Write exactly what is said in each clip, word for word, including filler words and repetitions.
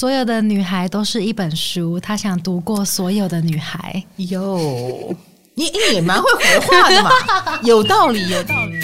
所有的女孩都是一本书，他想读过所有的女孩。 哟，你你也蛮会回话的嘛，有道理，有道理。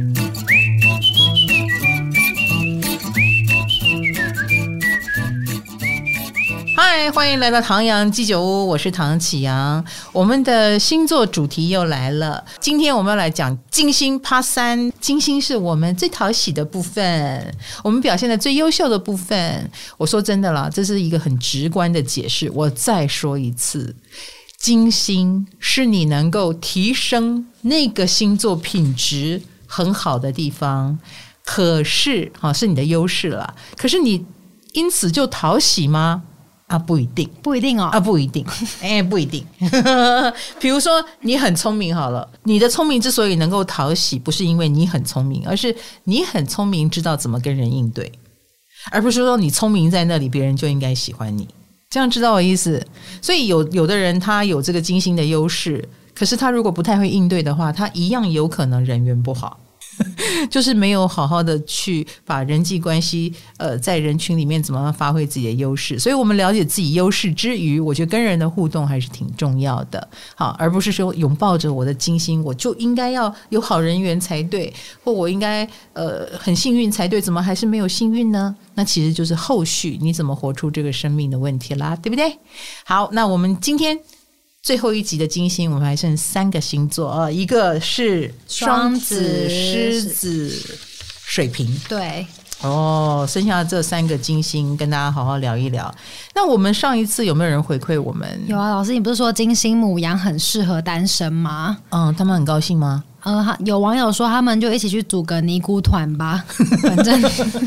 嗨，欢迎来到唐阳鸡酒屋，我是唐启阳。我们的星座主题又来了，今天我们要来讲金星趴三。金星是我们最讨喜的部分，我们表现的最优秀的部分。我说真的啦，这是一个很直观的解释，我再说一次，金星是你能够提升那个星座品质很好的地方，可是是你的优势啦，可是你因此就讨喜吗？啊，不一定， 不一定哦， 啊，不一定，哎，不一定。比如说，你很聪明好了，你的聪明之所以能够讨喜，不是因为你很聪明，而是你很聪明，知道怎么跟人应对，而不是说你聪明在那里，别人就应该喜欢你。这样知道我意思？所以有有的人他有这个金星的优势，可是他如果不太会应对的话，他一样有可能人缘不好。就是没有好好的去把人际关系呃，在人群里面怎么样发挥自己的优势，所以我们了解自己优势之余，我觉得跟人的互动还是挺重要的，好，而不是说拥抱着我的金星我就应该要有好人缘才对，或我应该呃很幸运才对，怎么还是没有幸运呢？那其实就是后续你怎么活出这个生命的问题啦，对不对？好，那我们今天最后一集的金星，我们还剩三个星座啊，一个是双子、狮子、水瓶。 对， 哦，剩下这三个金星跟大家好好聊一聊。那我们上一次有没有人回馈我们？ 有啊，老师，你不是说金星牡羊很适合单身吗？ 嗯，他们很高兴吗？ 呃，有网友说他们就一起去组个尼姑团吧，反正，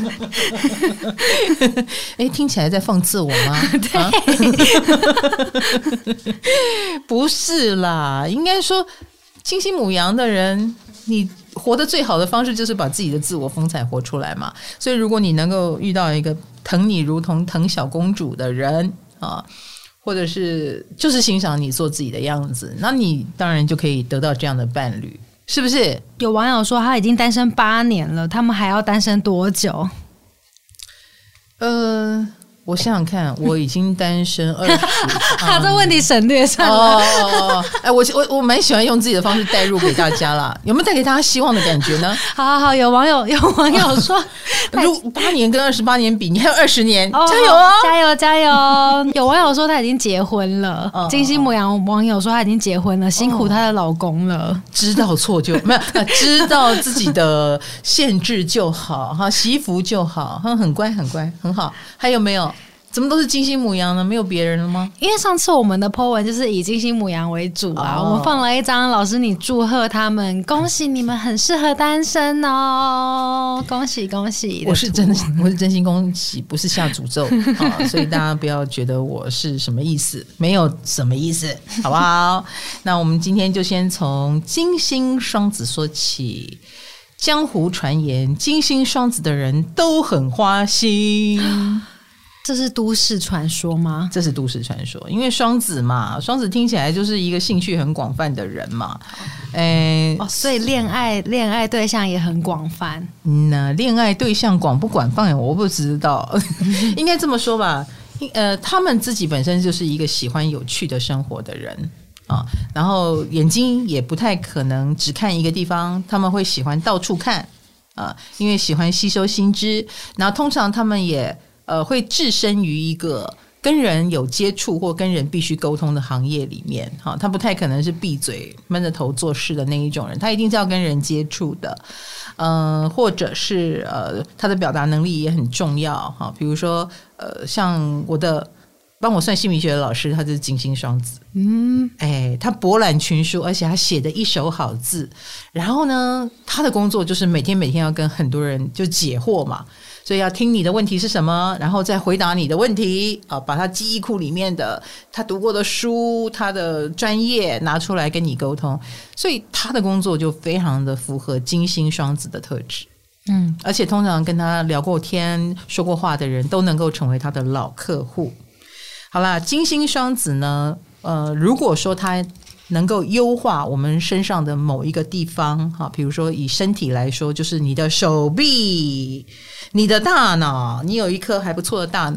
哎，听起来在讽刺我吗？ 对、啊， 不是啦，应该说金星牡羊的人，你活得最好的方式就是把自己的自我风采活出来嘛。所以，如果你能够遇到一个疼你如同疼小公主的人啊，或者是就是欣赏你做自己的样子，那你当然就可以得到这样的伴侣。是不是？ 有网友说他已经单身八年了，他们还要单身多久？ 呃，我想想看，我已经单身二十， 他这问题省略算了。 哦哦哦，哎，我我我蛮喜欢用自己的方式带入给大家啦，有没有带给大家希望的感觉呢？ 好好好，有网友有网友说， 如八年跟二十八年比，你还有二十年， 哦， 加油哦， 加油加油！有网友说他已经结婚了，哦、金星牡羊网友说他已经结婚了，辛苦她的老公了。 哦、知道错就没有，知道自己的限制就好哈，惜福就好，很乖很乖很好。还有没有？怎么都是金星牡羊呢？没有别人了吗？ 因为上次我们的 po 文就是以金星牡羊为主啊，哦、我们放了一张老师你祝贺他们，恭喜你们很适合单身哦，恭喜恭喜！ 我是真的，我是真心恭喜，不是下诅咒啊，所以大家不要觉得我是什么意思，没有什么意思，好不好？那我们今天就先从金星双子说起。江湖传言，金星双子的人都很花心。 这是都市传说吗？ 这是都市传说，因为双子嘛，双子听起来就是一个兴趣很广泛的人嘛， 欸哦、所以恋爱恋爱对象也很广泛。 嗯，那恋爱对象广不广泛，我不知道，应该这么说吧。呃，他们自己本身就是一个喜欢有趣的生活的人啊，然后眼睛也不太可能只看一个地方，他们会喜欢到处看啊，因为喜欢吸收新知，然后通常他们也。呃，会置身于一个跟人有接触或跟人必须沟通的行业里面，哈，他不太可能是闭嘴闷着头做事的那一种人，他一定是要跟人接触的，嗯、呃，或者是呃，他的表达能力也很重要，哈，比如说呃，像我的帮我算姓名学的老师，他就是金星双子，嗯，哎，他博览群书，而且他写的一手好字，然后呢，他的工作就是每天每天要跟很多人就解惑嘛。所以要听你的问题是什么，然后再回答你的问题啊，把他记忆库里面的他读过的书、他的专业拿出来跟你沟通，所以他的工作就非常的符合金星双子的特质。嗯，而且通常跟他聊过天、说过话的人都能够成为他的老客户。好啦，金星双子呢，呃，如果说他能够优化我们身上的某一个地方，哈，比如说以身体来说，就是你的手臂、你的大脑，你有一颗还不错的大脑，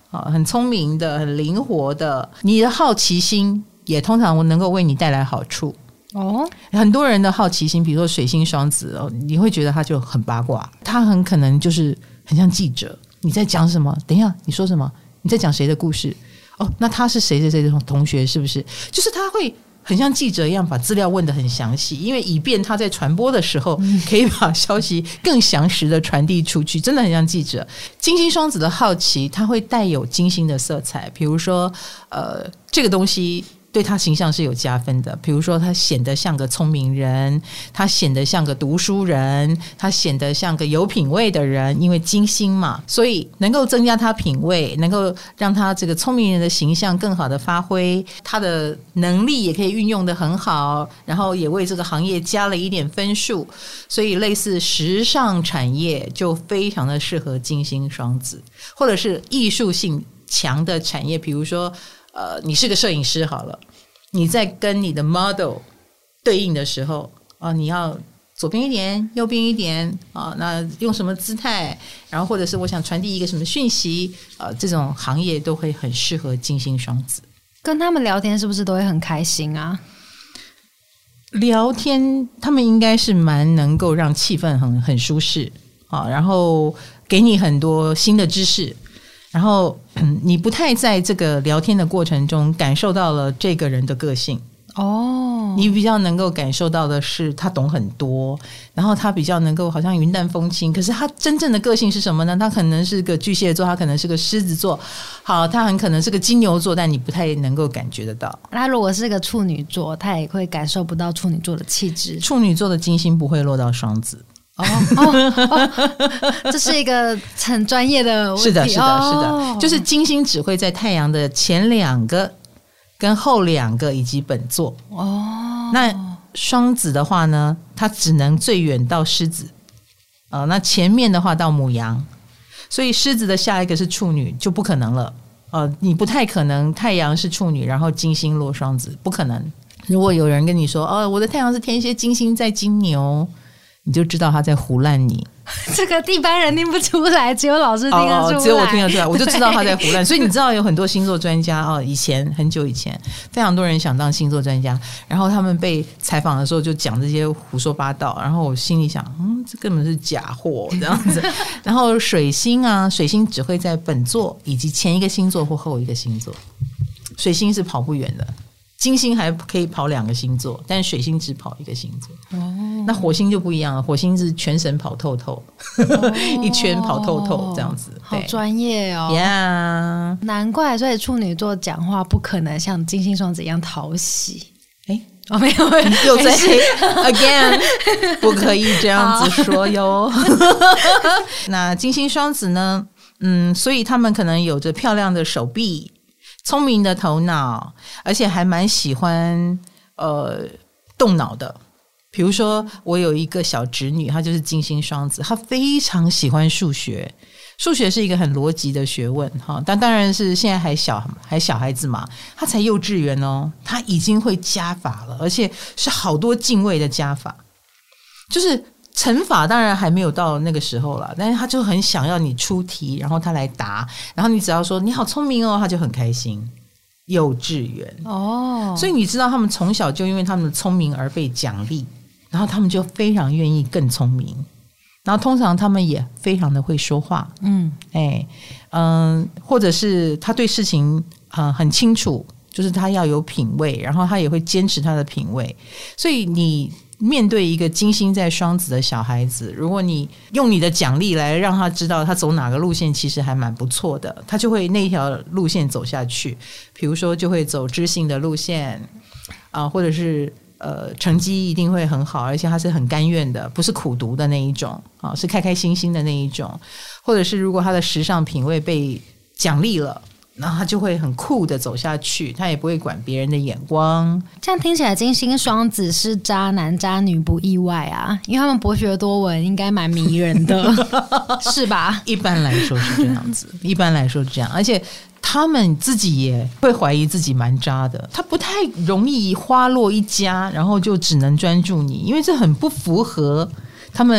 啊，很聪明的，很灵活的，你的好奇心也通常能够为你带来好处。哦，很多人的好奇心，比如说水星双子哦，你会觉得他就很八卦，他很可能就是很像记者，你在讲什么？等一下，你说什么？你在讲谁的故事？哦，那他是谁谁谁的同学？是不是？就是他会很像记者一样把资料问得很详细，因为以便他在传播的时候可以把消息更详实的传递出去，真的很像记者。金星双子的好奇，它会带有金星的色彩，比如说，呃，这个东西对他形象是有加分的，比如说他显得像个聪明人，他显得像个读书人，他显得像个有品味的人，因为金星嘛，所以能够增加他品味，能够让他这个聪明人的形象更好的发挥，他的能力也可以运用得很好，然后也为这个行业加了一点分数，所以类似时尚产业就非常的适合金星双子，或者是艺术性强的产业，比如说呃，你是个摄影师好了，你在跟你的 model 对应的时候啊，你要左边一点，右边一点啊，那用什么姿态，然后或者是我想传递一个什么讯息啊，这种行业都会很适合金星双子。 跟他们聊天是不是都会很开心啊？ 聊天，他们应该是蛮能够让气氛很很舒适啊，然后给你很多新的知识。然后、嗯、你不太在这个聊天的过程中感受到了这个人的个性哦，你比较能够感受到的是他懂很多，然后他比较能够好像云淡风轻，可是他真正的个性是什么呢？他可能是个巨蟹座，他可能是个狮子座，好，他很可能是个金牛座，但你不太能够感觉得到。 他如果是个处女座，他也会感受不到处女座的气质。 处女座的金星不会落到双子。 哦哦哦，这是一个很专业的问题。 是的，是的， 哦、 是的，就是金星只会在太阳的前两个跟后两个以及本座。哦，那双子的话呢，它只能最远到狮子，呃，那前面的话到牡羊，所以狮子的下一个是处女就不可能了。呃，你不太可能太阳是处女，然后金星落双子，不可能。如果有人跟你说，哦，我的太阳是天蝎，金星在金牛，你就知道他在唬烂你。 这个一般人听不出来，只有老师听得出来、哦、 只有我听得出来，我就知道他在唬烂。所以你知道有很多星座专家、哦、以前很久以前非常多人想当星座专家，然后他们被采访的时候就讲这些胡说八道，然后我心里想嗯，这根本是假货这样子。然后水星啊，水星只会在本座以及前一个星座或后一个星座，水星是跑不远的。金星还可以跑两个星座，但水星只跑一个星座。哦，那火星就不一样了，火星是全神跑透透，哦、一圈跑透透这样子， 好专业哦。 呀、yeah ， 难怪，所以处女座讲话不可能像金星双子一样讨喜。 哎， 哦，没有， 又在 again， 不可以这样子说哟。那金星双子呢？嗯，所以他们可能有着漂亮的手臂。聪明的头脑，而且还蛮喜欢呃动脑的。比如说，我有一个小侄女，她就是金星双子，她非常喜欢数学。数学是一个很逻辑的学问哈，但当然是现在还小还小孩子嘛，她才幼稚园哦，她已经会加法了，而且是好多进位的加法，就是乘法当然还没有到那个时候了，但是他就很想要你出题，然后他来答，然后你只要说你好聪明哦，他就很开心。幼稚园哦，所以你知道他们从小就因为他们的聪明而被奖励，然后他们就非常愿意更聪明，然后通常他们也非常的会说话，嗯，哎，嗯，或者是他对事情呃很清楚，就是他要有品味，然后他也会坚持他的品味，所以你面对一个金星在双子的小孩子，如果你用你的奖励来让他知道他走哪个路线其实还蛮不错的，他就会那条路线走下去，比如说就会走知性的路线啊，或者是呃成绩一定会很好，而且他是很甘愿的，不是苦读的那一种啊，是开开心心的那一种，或者是如果他的时尚品味被奖励了，然后他就会很酷的走下去，他也不会管别人的眼光。 这样听起来金星双子是渣男渣女不意外啊，因为他们博学多闻，应该蛮迷人的。是吧？ 一般来说是这样子，一般来说是这样，而且他们自己也会怀疑自己蛮渣的，他不太容易花落一家然后就只能专注你，因为这很不符合他们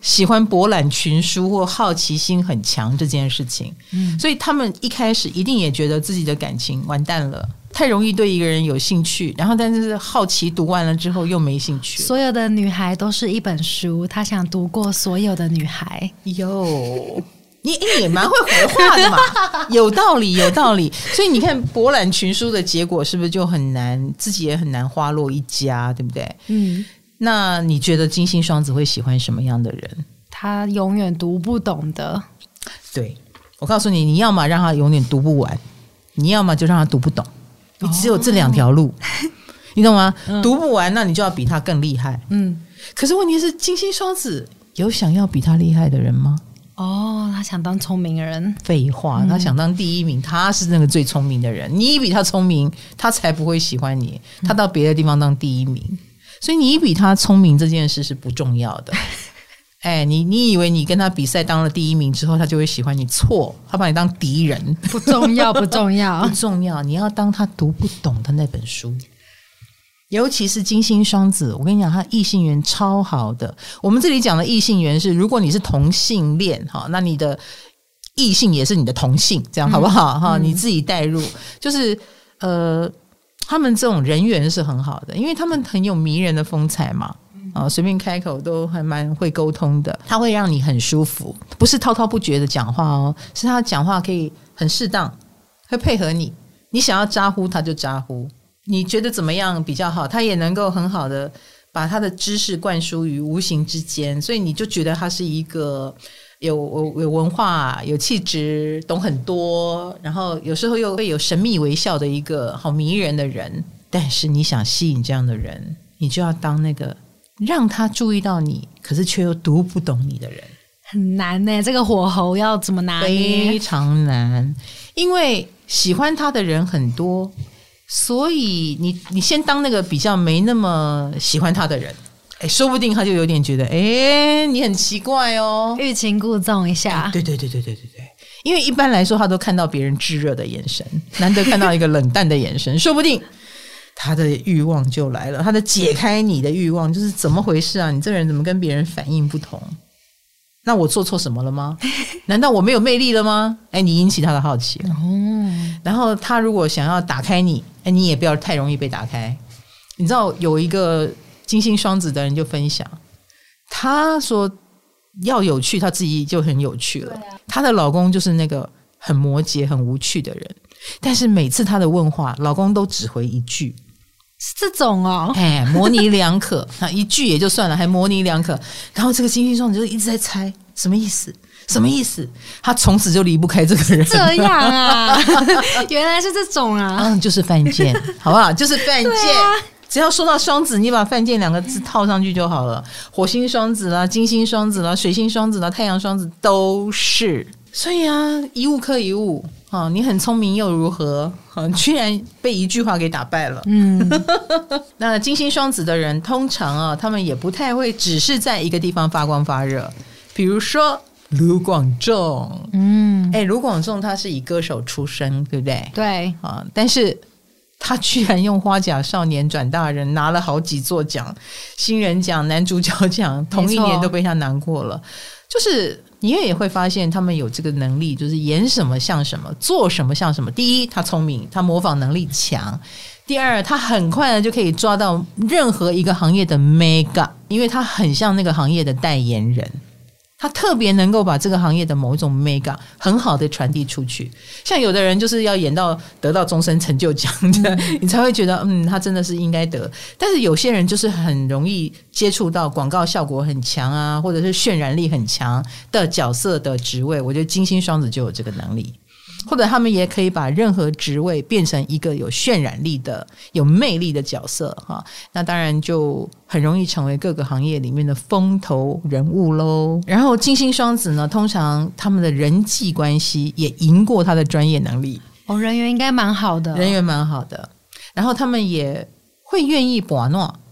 喜欢博览群书或好奇心很强这件事情，嗯，所以他们一开始一定也觉得自己的感情完蛋了，太容易对一个人有兴趣，然后但是好奇读完了之后又没兴趣。 所有的女孩都是一本书，她想读过所有的女孩。 哟，你也蛮会回话的嘛，有道理有道理。所以你看博览群书的结果是不是就很难，自己也很难花落一家，对不对？嗯。那你觉得金星双子会喜欢什么样的人？ 他永远读不懂的。 对，我告诉你，你要么让他永远读不完，你要么就让他读不懂，你只有这两条路、哦、你懂吗、嗯、读不完那你就要比他更厉害。嗯，可是问题是金星双子有想要比他厉害的人吗？ 哦，他想当聪明人。 废话，他想当第一名、嗯、他是那个最聪明的人，你比他聪明他才不会喜欢你，他到别的地方当第一名、嗯，所以你比他聪明这件事是不重要的。哎，你你以为你跟他比赛当了第一名之后他就会喜欢你？错，他把你当敌人。 不重要不重要不重要，你要当他读不懂的那本书。尤其是金星双子，我跟你讲他异性缘超好的。我们这里讲的异性缘是如果你是同性恋，那你的异性也是你的同性，这样好不好、嗯、你自己带入，就是呃他们这种人缘是很好的，因为他们很有迷人的风采嘛，啊，随便开口都还蛮会沟通的，他会让你很舒服，不是滔滔不绝的讲话哦，是他讲话可以很适当，会配合你，你想要招呼他就招呼，你觉得怎么样比较好，他也能够很好的把他的知识灌输于无形之间，所以你就觉得他是一个有有文化、有气质、懂很多，然后有时候又会有神秘微笑的一个好迷人的人。但是你想吸引这样的人，你就要当那个让他注意到你，可是却又读不懂你的人。 很难耶，这个火候要怎么拿捏？ 非常难，因为喜欢他的人很多，所以你你先当那个比较没那么喜欢他的人。哎，说不定他就有点觉得，哎，你很奇怪哦， 欲擒故纵一下。 对对对对对对对，因为一般来说，他都看到别人炙热的眼神，难得看到一个冷淡的眼神，说不定他的欲望就来了，他的解开你的欲望就是怎么回事啊？你这个人怎么跟别人反应不同？那我做错什么了吗？难道我没有魅力了吗？哎，你引起他的好奇了。哦，然后他如果想要打开你，哎，你也不要太容易被打开。你知道有一个金星双子的人就分享，他说要有趣，他自己就很有趣了。她的老公就是那个很摩羯、很无趣的人，但是每次她的问话，老公都只回一句。 是这种哦， 哎，模棱两可，那一句也就算了，还模棱两可。然后这个金星双子就一直在猜什么意思，什么意思？他从此就离不开这个人。 这样啊，原来是这种啊， 嗯，就是犯贱，好不好？就是犯贱。只要说到双子，你把犯贱两个字套上去就好了。火星双子啦，金星双子啦，水星双子啦，太阳双子都是。所以啊，一物克一物啊，你很聪明又如何？啊，居然被一句话给打败了。嗯，那金星双子的人通常啊，他们也不太会只是在一个地方发光发热。比如说卢广仲，嗯，哎，卢广仲他是以歌手出身，对不对？ 对啊，但是他居然用花甲少年转大人拿了好几座奖，新人奖、男主角奖，同一年都被他拿过了。就是你也会发现他们有这个能力，就是演什么像什么，做什么像什么。第一，他聪明，他模仿能力强；第二，他很快的就可以抓到任何一个行业的 mega， 因为他很像那个行业的代言人。他特别能够把这个行业的某一种 mega 很好的传递出去，像有的人就是要演到得到终身成就奖的，你才会觉得嗯，他真的是应该得。但是有些人就是很容易接触到广告效果很强啊，或者是渲染力很强的角色的职位，我觉得金星双子就有这个能力。或者他们也可以把任何职位变成一个有渲染力的有魅力的角色哈，那当然就很容易成为各个行业里面的风头人物咯。然后金星双子呢，通常他们的人际关系也赢过他的专业能力哦，人缘应该蛮好的， 人缘蛮好的，然后他们也会愿意把诺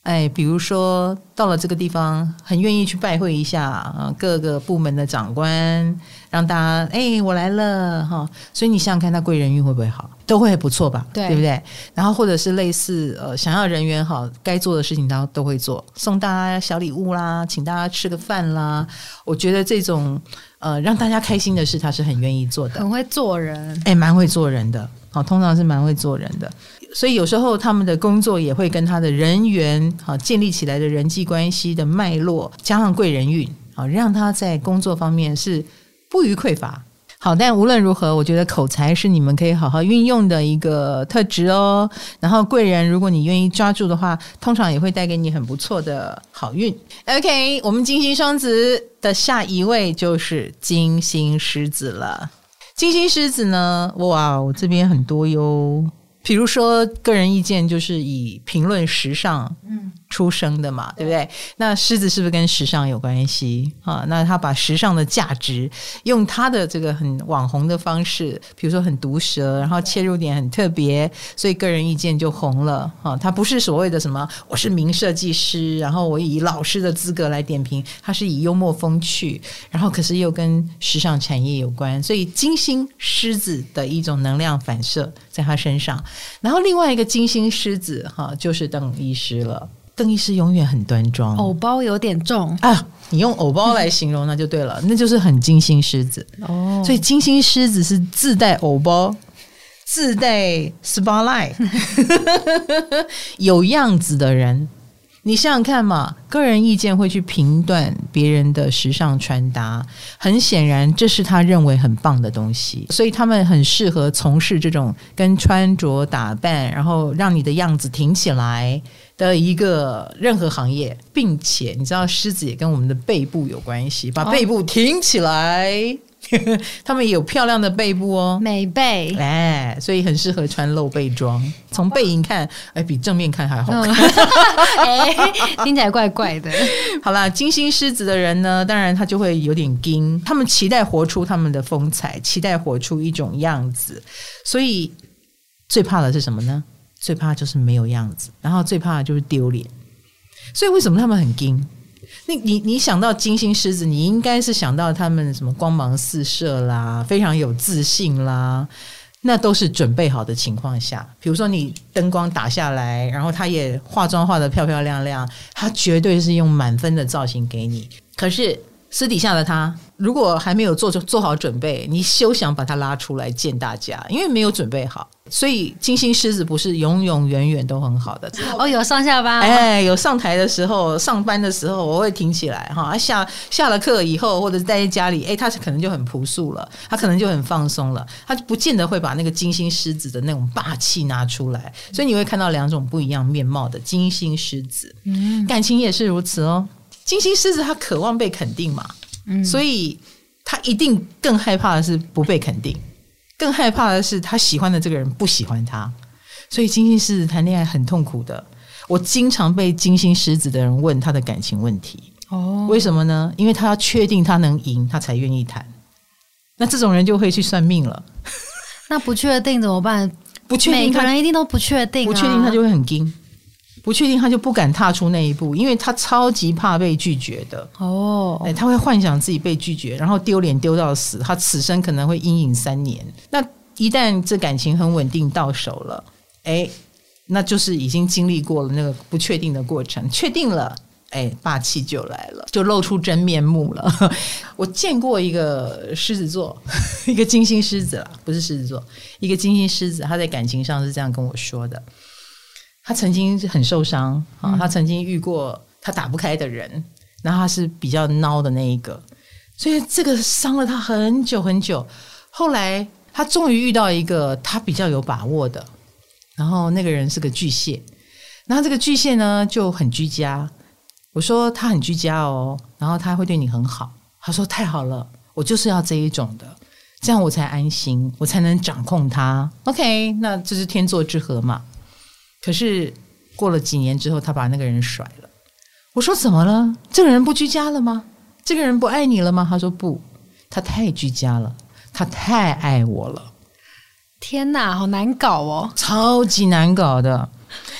哎，比如说到了这个地方，很愿意去拜会一下、呃、各个部门的长官，让大家哎我来了哈，所以你想想看，他贵人运会不会好？都会不错吧， 对, 对不对？然后或者是类似呃，想要人缘好，该做的事情他都会做，送大家小礼物啦，请大家吃个饭啦。我觉得这种呃让大家开心的事，他是很愿意做的， 很会做人， 哎，蛮会做人的。好，通常是蛮会做人的。所以有时候他们的工作也会跟他的人缘好建立起来的人际关系的脉络，加上贵人运，好让他在工作方面是不虞匮乏。好，但无论如何，我觉得口才是你们可以好好运用的一个特质哦。然后贵人，如果你愿意抓住的话，通常也会带给你很不错的好运。OK， 我们金星双子的下一位就是金星狮子了。金星狮子呢，哇，我这边很多哟。比如说个人意见就是以评论时尚出生的嘛、嗯、对不对？那狮子是不是跟时尚有关系啊？那他把时尚的价值用他的这个很网红的方式，比如说很毒舌，然后切入点很特别，所以个人意见就红了啊。他不是所谓的什么我是名设计师，然后我以老师的资格来点评，他是以幽默风趣，然后可是又跟时尚产业有关，所以金星狮子的一种能量反射在他身上。然后另外一个金星狮子哈，就是邓医师了。邓医师永远很端庄， 偶包有点重啊，你用偶包来形容那就对了，那就是很金星狮子哦。所以金星狮子是自带偶包，自带 spotlight 有样子的人。你想想看嘛，个人意见会去评断别人的时尚穿搭，很显然这是他认为很棒的东西，所以他们很适合从事这种跟穿着打扮，然后让你的样子挺起来的一个任何行业。并且你知道狮子也跟我们的背部有关系，把背部挺起来、哦他们也有漂亮的背部哦， 美背， 哎，所以很适合穿露背装。从背影看，哎，比正面看还好看。 哎，听起来怪怪的。 好啦，金星狮子的人呢，当然他就会有点硬，他们期待活出他们的风采，期待活出一种样子，所以最怕的是什么呢？最怕就是没有样子，然后最怕的就是丢脸。所以为什么他们很硬？你你你想到金星狮子，你应该是想到他们什么光芒四射啦，非常有自信啦，那都是准备好的情况下。比如说你灯光打下来，然后他也化妆化得漂漂亮亮，他绝对是用满分的造型给你。可是私底下的他，如果还没有做做好准备，你休想把他拉出来见大家，因为没有准备好。所以金星狮子不是永永远远都很好的哦，有上下班、哦、 哎，有上台的时候，上班的时候我会挺起来哈，下下了课以后或者待在家里，哎，他可能就很朴素了，他可能就很放松了，他就不见得会把那个金星狮子的那种霸气拿出来，所以你会看到两种不一样面貌的金星狮子。嗯，感情也是如此哦。金星狮子他渴望被肯定嘛，嗯，所以他一定更害怕的是不被肯定，更害怕的是他喜欢的这个人不喜欢他，所以金星狮子谈恋爱很痛苦的。我经常被金星狮子的人问他的感情问题，哦，为什么呢？因为他要确定他能赢，他才愿意谈。那这种人就会去算命了。 那不确定怎么办？ 不确定， 每个人一定都不确定、啊， 不确定他就会很惊。不确定他就不敢踏出那一步，因为他超级怕被拒绝的哦、欸。他会幻想自己被拒绝，然后丢脸丢到死，他此生可能会阴影三年。那一旦这感情很稳定到手了，哎、欸，那就是已经经历过了那个不确定的过程，确定了，哎、欸，霸气就来了，就露出真面目了。我见过一个狮子座，一个金星狮子啦，不是狮子座，一个金星狮子，他在感情上是这样跟我说的。他曾经很受伤、啊、他曾经遇过他打不开的人，然后他是比较孬的那一个，所以这个伤了他很久很久。后来他终于遇到一个他比较有把握的，然后那个人是个巨蟹，然后这个巨蟹呢就很居家。我说他很居家哦，然后他会对你很好。他说太好了，我就是要这一种的，这样我才安心，我才能掌控他。 OK， 那这是天作之合嘛。可是过了几年之后，他把那个人甩了。我说怎么了？这个人不居家了吗？这个人不爱你了吗？他说不，他太居家了，他太爱我了。 天哪，好难搞哦， 超级难搞的。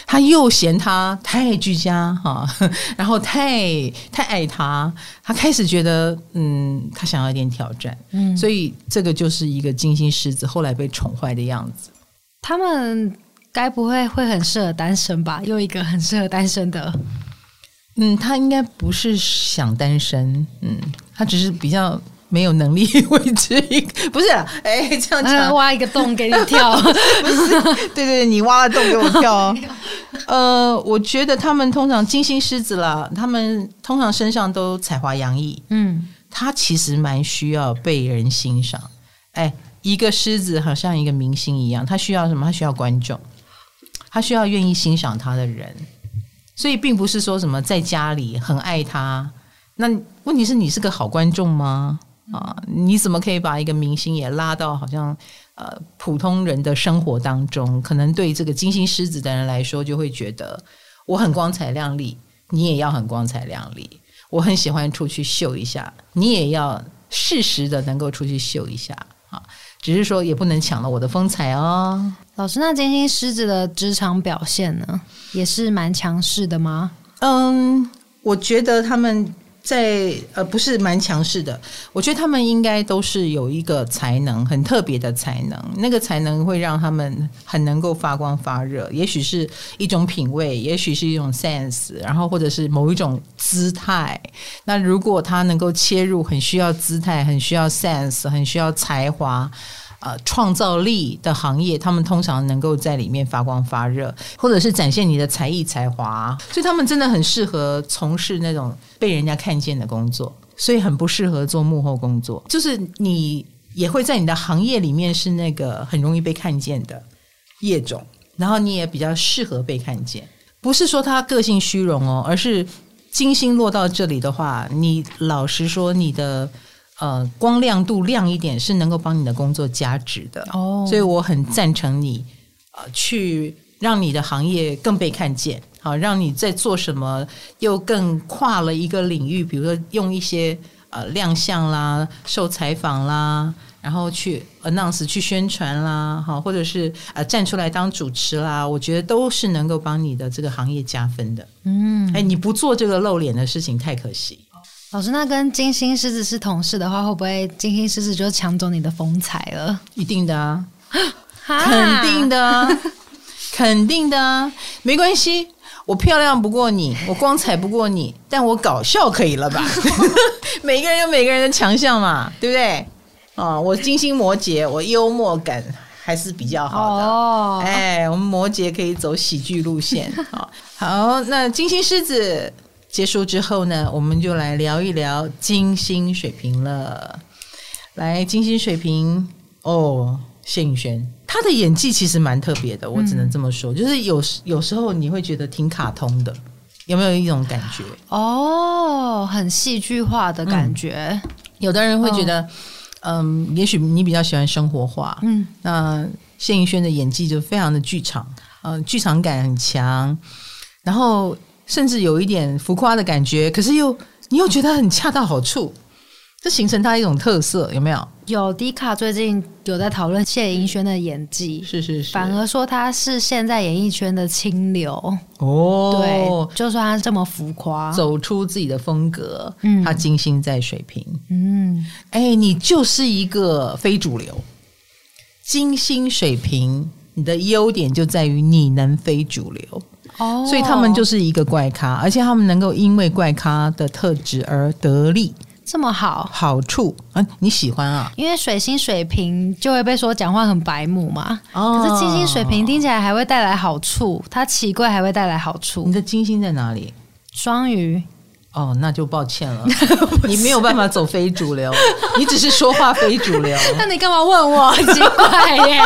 他又嫌他太居家哈，然后太太爱他，他开始觉得嗯，他想要一点挑战，嗯，所以这个就是一个金星狮子后来被宠坏的样子。 他们该不会会很适合单身吧？又一个很适合单身的。 嗯，他应该不是想单身，嗯，他只是比较没有能力维持一个，不是啊，哎，这样讲， 挖一个洞给你跳， 不是，对对，你挖了洞给我跳哦。呃，我觉得他们通常金星狮子啦，他们通常身上都才华洋溢，嗯，他其实蛮需要被人欣赏。哎，一个狮子好像一个明星一样，他需要什么？他需要观众，他需要愿意欣赏他的人。所以并不是说什么在家里很爱他，那问题是你是个好观众吗？啊，你怎么可以把一个明星也拉到好像呃普通人的生活当中？可能对这个金星狮子的人来说，就会觉得我很光彩亮丽，你也要很光彩亮丽；我很喜欢出去秀一下，你也要适时的能够出去秀一下啊。只是说也不能抢了我的风采哦。 老师，那金星狮子的职场表现呢，也是蛮强势的吗？ 嗯，我觉得他们在呃不是蛮强势的，我觉得他们应该都是有一个才能，很特别的才能，那个才能会让他们很能够发光发热，也许是一种品味，也许是一种 sense， 然后或者是某一种姿态。那如果他能够切入很需要姿态、很需要 sense、很需要才华呃，创造力的行业，他们通常能够在里面发光发热，或者是展现你的才艺才华，所以他们真的很适合从事那种被人家看见的工作，所以很不适合做幕后工作。就是你也会在你的行业里面是那个很容易被看见的业种，然后你也比较适合被看见。不是说他个性虚荣哦，而是金星落到这里的话，你老实说你的呃，光亮度亮一点是能够帮你的工作加值的哦，所以我很赞成你呃，去让你的行业更被看见，好，让你在做什么又更跨了一个领域，比如说用一些呃亮相啦、受采访啦，然后去 announce 去宣传啦，好，或者是呃站出来当主持啦，我觉得都是能够帮你的这个行业加分的。嗯，哎，你不做这个露脸的事情太可惜。 老师，那跟金星狮子是同事的话，会不会金星狮子就抢走你的风采了？ 一定的啊，肯定的啊，肯定的啊，没关系，我漂亮不过你，我光彩不过你，但我搞笑可以了吧？每个人有每个人的强项嘛，对不对？哦，我金星摩羯，我幽默感还是比较好的。哦，哎，我们摩羯可以走喜剧路线。好，好，那金星狮子结束之后呢，我们就来聊一聊金星水瓶了。来，金星水瓶哦，谢颖轩，他的演技其实蛮特别的，我只能这么说，嗯、就是有有时候你会觉得挺卡通的，有没有一种感觉？ 哦，很戏剧化的感觉。 嗯、有的人会觉得，哦、嗯，也许你比较喜欢生活化，嗯，那谢颖轩的演技就非常的剧场，嗯、呃，剧场感很强，然后甚至有一点浮夸的感觉，可是又你又觉得很恰到好处，这形成他一种特色，有没有？ 有，迪卡最近有在讨论谢盈萱的演技， 是是是， 反而说他是现在演艺圈的清流哦。 对，就算他这么浮夸， 走出自己的风格，嗯，他金星在水瓶，嗯，哎，你就是一个非主流，金星水瓶，你的优点就在于你能非主流。哦，所以他们就是一个怪咖，而且他们能够因为怪咖的特质而得利， 这么好好处啊，你喜欢啊？ 因为水星水瓶就会被说讲话很白目嘛，哦、可是金星水瓶听起来还会带来好处，它奇怪还会带来好处。 你的金星在哪里？ 双鱼。 哦，那就抱歉了，你没有办法走非主流，你只是说话非主流。 那你干嘛问我？奇怪耶！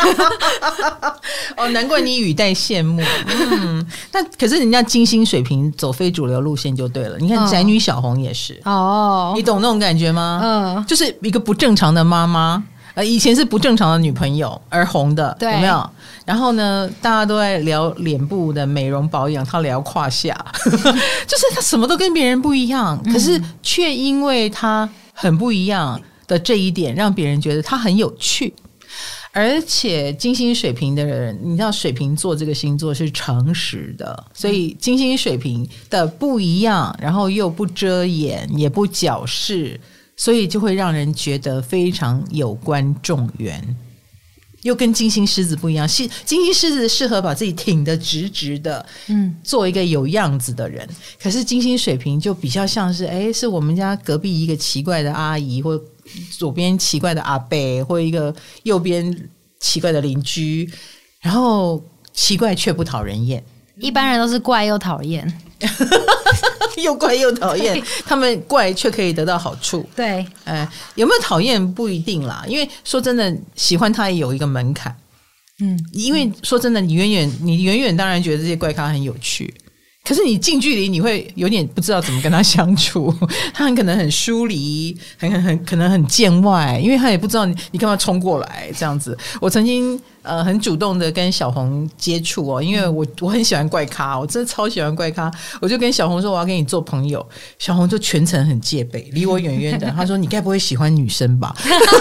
哦，难怪你语带羡慕。嗯，那可是人家金星水瓶走非主流路线就对了。你看宅女小红也是哦，你懂那种感觉吗？嗯，就是一个不正常的妈妈。呃，以前是不正常的女朋友而红的，有没有？然后呢，大家都在聊脸部的美容保养，她聊胯下，就是她什么都跟别人不一样，可是却因为她很不一样的这一点，让别人觉得她很有趣。 而且金星水瓶的人，你知道水瓶座这个星座是诚实的，所以金星水瓶的不一样，然后又不遮掩也不矫饰，所以就会让人觉得非常有关重源。又跟金星狮子不一样，金星狮子适合把自己挺得直直的，嗯，做一个有样子的人。可是金星水瓶就比较像是，哎，是我们家隔壁一个奇怪的阿姨，或左边奇怪的阿伯，或一个右边奇怪的邻居，然后奇怪却不讨人厌。 一般人都是怪又讨厌。 又怪又讨厌，他们怪却可以得到好处。 对， 呃，有没有讨厌不一定啦，因为说真的，喜欢他也有一个门槛。嗯，因为说真的，你远远你远远当然觉得这些怪咖很有趣，可是你近距离你会有点不知道怎么跟他相处，他很可能很疏离，很很可能很见外，因为他也不知道你你干嘛冲过来这样子。我曾经呃很主动的跟小红接触哦，因为我我很喜欢怪咖，我真的超喜欢怪咖，我就跟小红说我要跟你做朋友，小红就全程很戒备，离我远远的。他说你该不会喜欢女生吧？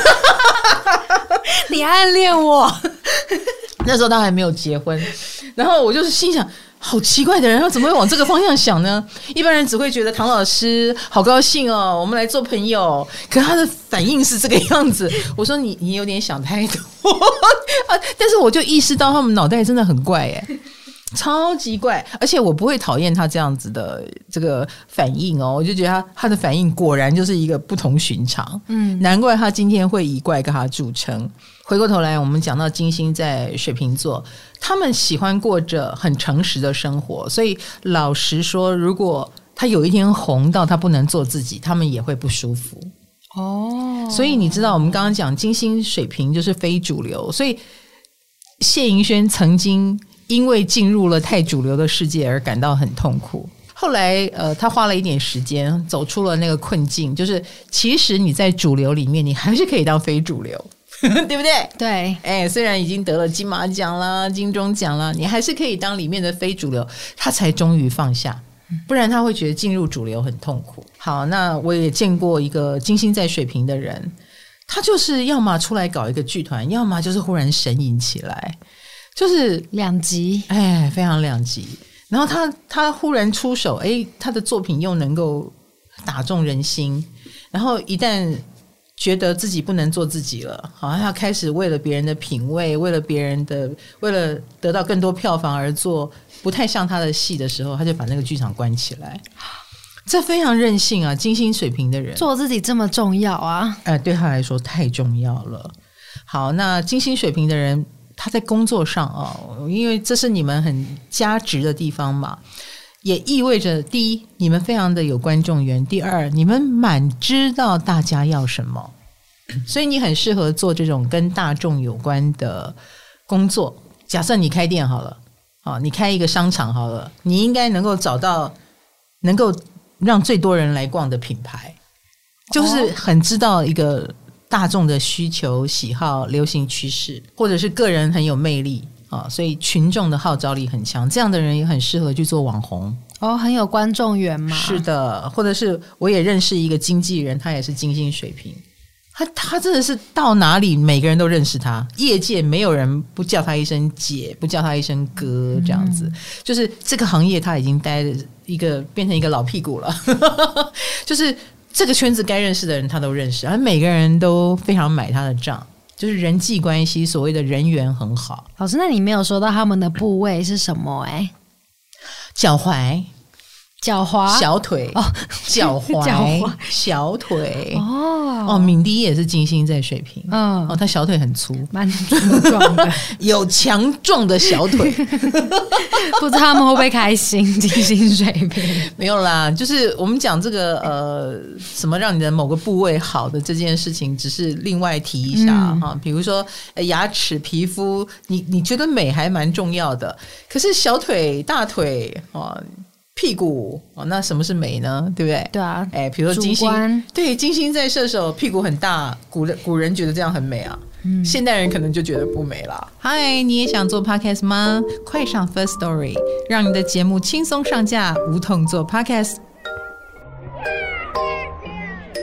你暗恋我？ 那时候他还没有结婚，然后我就是心想，好奇怪的人，他怎么会往这个方向想呢？一般人只会觉得唐老师好高兴哦，我们来做朋友。可是他的反应是这个样子，我说你你有点想太多啊！但是我就意识到他们脑袋真的很怪耶，超级怪，而且我不会讨厌他这样子的这个反应哦，我就觉得他他的反应果然就是一个不同寻常，嗯，难怪他今天会以怪咖著称。回过头来，我们讲到金星在水瓶座，他们喜欢过着很诚实的生活，所以老实说，如果他有一天红到他不能做自己，他们也会不舒服。哦，所以你知道，我们刚刚讲金星水瓶就是非主流，所以谢盈萱曾经因为进入了太主流的世界而感到很痛苦。后来，呃，他花了一点时间走出了那个困境，就是其实你在主流里面，你还是可以当非主流。对不对？ 对， 哎，虽然已经得了金马奖啦、金钟奖啦，你还是可以当里面的非主流。他才终于放下，不然他会觉得进入主流很痛苦。好，那我也见过一个金星在水瓶的人，他就是要么出来搞一个剧团，要么就是忽然神隐起来，就是两极， 哎，非常两极。然后他他忽然出手，哎，他的作品又能够打中人心，然后一旦觉得自己不能做自己了，好像要开始为了别人的品味，为了别人的，为了得到更多票房而做不太像他的戏的时候，他就把那个剧场关起来。这非常任性啊！金星水瓶的人做自己这么重要啊？ 哎、呃，对他来说太重要了。好，那金星水瓶的人，他在工作上啊、哦，因为这是你们很价值的地方嘛。也意味着第一，你们非常的有观众缘；第二，你们蛮知道大家要什么，所以你很适合做这种跟大众有关的工作。假设你开店好了，啊，你开一个商场好了，你应该能够找到能够让最多人来逛的品牌，就是很知道一个大众的需求、喜好、流行趋势，或者是个人很有魅力。啊，所以群众的号召力很强，这样的人也很适合去做网红哦，很有观众缘嘛。 是的，或者是我也认识一个经纪人，他也是金星水瓶，他他真的是到哪里每个人都认识他，业界没有人不叫他一声姐，不叫他一声哥，这样子、嗯、就是这个行业他已经待了一个变成一个老屁股了就是这个圈子该认识的人他都认识，而每个人都非常买他的账，就是人际关系，所谓的人缘很好。 老师，那你没有说到他们的部位是什么？哎， 脚踝、 脚踝、 小腿、哦、脚踝、 脚踝、 小腿。 哦哦，敏迪也是金星在水瓶，嗯，哦，他小腿很粗， 蛮粗壮的， 有强壮的小腿。 不知道他们会不会开心？金星水瓶没有啦，就是我们讲这个呃，什么让你的某个部位好的这件事情，只是另外提一下哈、嗯。比如说、呃、牙齿、皮肤，你你觉得美还蛮重要的，可是小腿、大腿哦。屁股哦，那什么是美呢？对不对？ 对啊， 哎，比如说金星，对，金星在射手，屁股很大，古人古人觉得这样很美啊，嗯，现代人可能就觉得不美啦。嗨，你也想做 podcast 吗？快上 First Story， 让你的节目轻松上架，无痛做 podcast。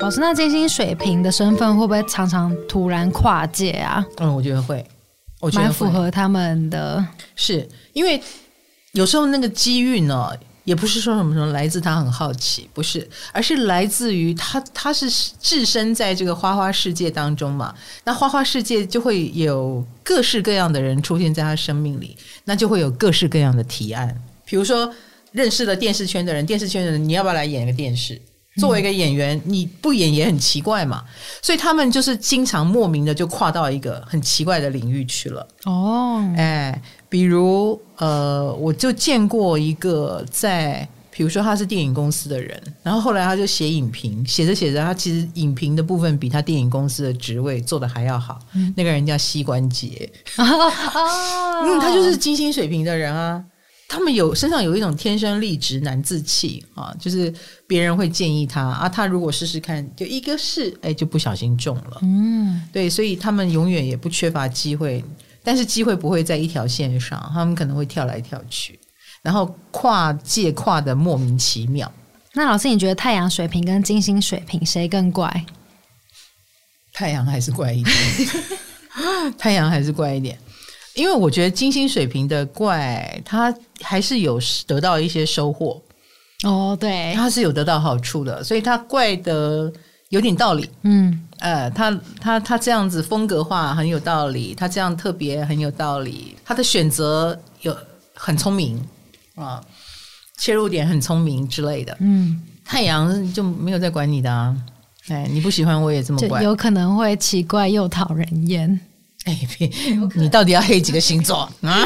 老师，那金星水瓶的身份会不会常常突然跨界啊？ 嗯，我觉得会，我觉得蛮符合他们的。 是因为有时候那个机遇呢，也不是说什么什么来自他很好奇，不是，而是来自于他他是置身在这个花花世界当中嘛。那花花世界就会有各式各样的人出现在他生命里，那就会有各式各样的提案。比如说认识了电视圈的人，电视圈的人，你要不要来演一个电视？作为一个演员，你不演也很奇怪嘛，所以他们就是经常莫名的就跨到一个很奇怪的领域去了。 哦， 哎，比如呃，我就见过一个在，比如说他是电影公司的人，然后后来他就写影评，写着写着，他其实影评的部分比他电影公司的职位做的还要好。嗯、那个人叫膝关节， 哦、 嗯，他就是金星水瓶的人啊。他们有身上有一种天生丽质难自弃啊，就是别人会建议他啊，他如果试试看，就一个试，哎，就不小心中了。嗯，对，所以他们永远也不缺乏机会，但是机会不会在一条线上，他们可能会跳来跳去，然后跨界跨的莫名其妙。 那老师，你觉得太阳水瓶跟金星水瓶谁更怪？ 太阳还是怪一点，太阳还是怪一点。因为我觉得金星水瓶的怪，他还是有得到一些收获哦，对， 他是有得到好处的，所以他怪的有点道理。嗯，呃，他他他这样子风格化很有道理，他这样特别很有道理，他的选择有很聪明啊，切入点很聪明之类的。嗯，太阳就没有在管你的啊，哎，你不喜欢我也这么怪， 就有可能会奇怪又讨人厌。 哎，你到底要黑几个星座啊？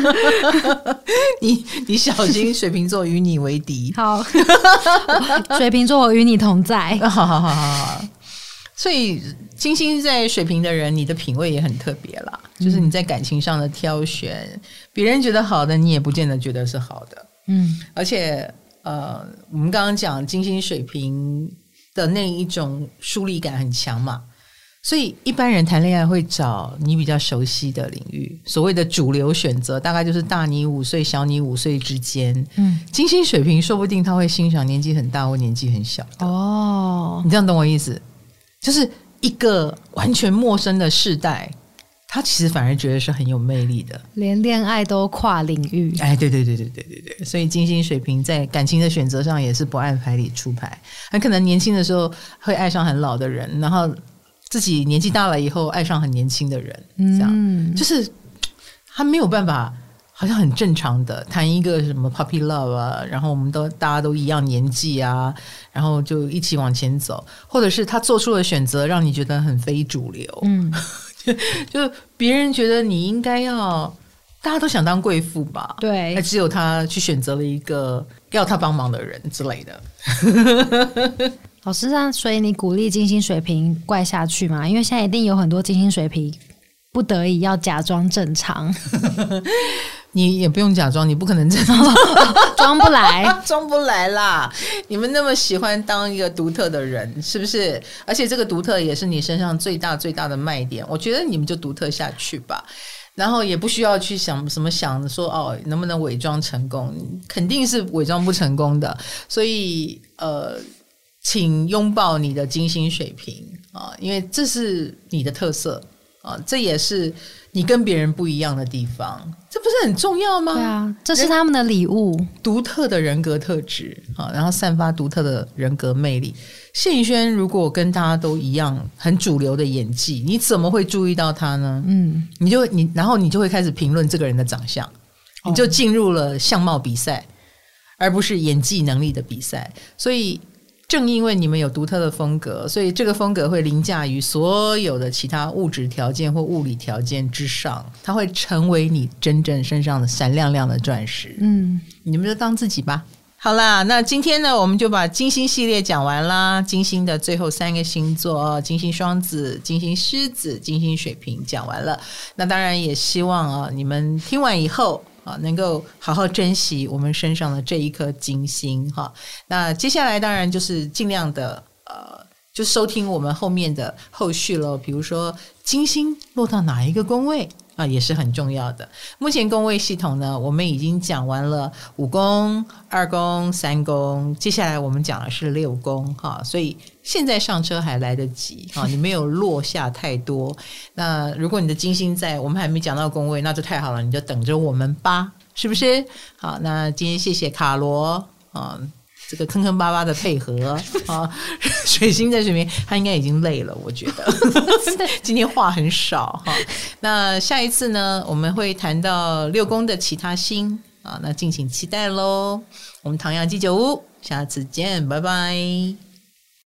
你你小心水瓶座与你为敌。 好，水瓶座我与你同在。 好好好好好。所以金星在水瓶的人，你的品味也很特别啦，就是你在感情上的挑选，别人觉得好的，你也不见得觉得是好的。嗯，而且呃，我们刚刚讲金星水瓶的那一种疏离感很强嘛。所以一般人谈恋爱会找你比较熟悉的领域，所谓的主流选择大概就是大你五岁小你五岁之间。嗯，金星水瓶说不定他会欣赏年纪很大或年纪很小的。哦，你这样懂我意思？就是一个完全陌生的世代，他其实反而觉得是很有魅力的， 连恋爱都跨领域。 哎，对对对对对对对，所以金星水瓶在感情的选择上也是不按牌理出牌，很可能年轻的时候会爱上很老的人，然后自己年纪大了以后爱上很年轻的人，这样、嗯、就是他没有办法好像很正常的谈一个什么 puppy love 啊，然后我们都大家都一样年纪啊，然后就一起往前走，或者是他做出的选择让你觉得很非主流，嗯，就, 就别人觉得你应该要，大家都想当贵妇吧， 对， 只有他去选择了一个要他帮忙的人之类的。 老师啊，所以你鼓励金星水瓶怪下去吗？因为现在一定有很多金星水瓶不得已要假装正常。 你也不用假装，你不可能正常装不来装不来啦。你们那么喜欢当一个独特的人，是不是？而且这个独特也是你身上最大最大的卖点，我觉得你们就独特下去吧，然后也不需要去想什么想说哦能不能伪装成功，肯定是伪装不成功的。所以呃请拥抱你的金星水瓶啊，因为这是你的特色啊，这也是你跟别人不一样的地方，这不是很重要吗？ 对啊，这是他们的礼物， 独特的人格特质啊，然后散发独特的人格魅力。谢盈萱如果跟大家都一样很主流的演技，你怎么会注意到他呢？嗯，你就你然后你就会开始评论这个人的长相，你就进入了相貌比赛，而不是演技能力的比赛。所以正因为你们有独特的风格，所以这个风格会凌驾于所有的其他物质条件或物理条件之上，它会成为你真正身上的闪亮亮的钻石。嗯，你们就当自己吧。好啦，那今天呢我们就把金星系列讲完啦，金星的最后三个星座，金星双子、金星狮子、金星水瓶讲完了。那当然也希望啊你们听完以后啊，能够好好珍惜我们身上的这一颗金星哈。那接下来当然就是尽量的呃，就收听我们后面的后续咯，比如说金星落到哪一个宫位啊，也是很重要的。目前宫位系统呢，我们已经讲完了五宫、二宫、三宫，接下来我们讲的是六宫哈。所以现在上车还来得及啊，你没有落下太多。那如果你的金星在我们还没讲到宫位，那就太好了，你就等着我们吧，是不是？好，那今天谢谢卡罗啊，这个坑坑巴巴的配合啊，水星在水面，他应该已经累了，我觉得今天话很少哈。那下一次呢，我们会谈到六宫的其他星啊，那敬请期待喽。我们唐阳鸡酒屋，下次见，拜拜。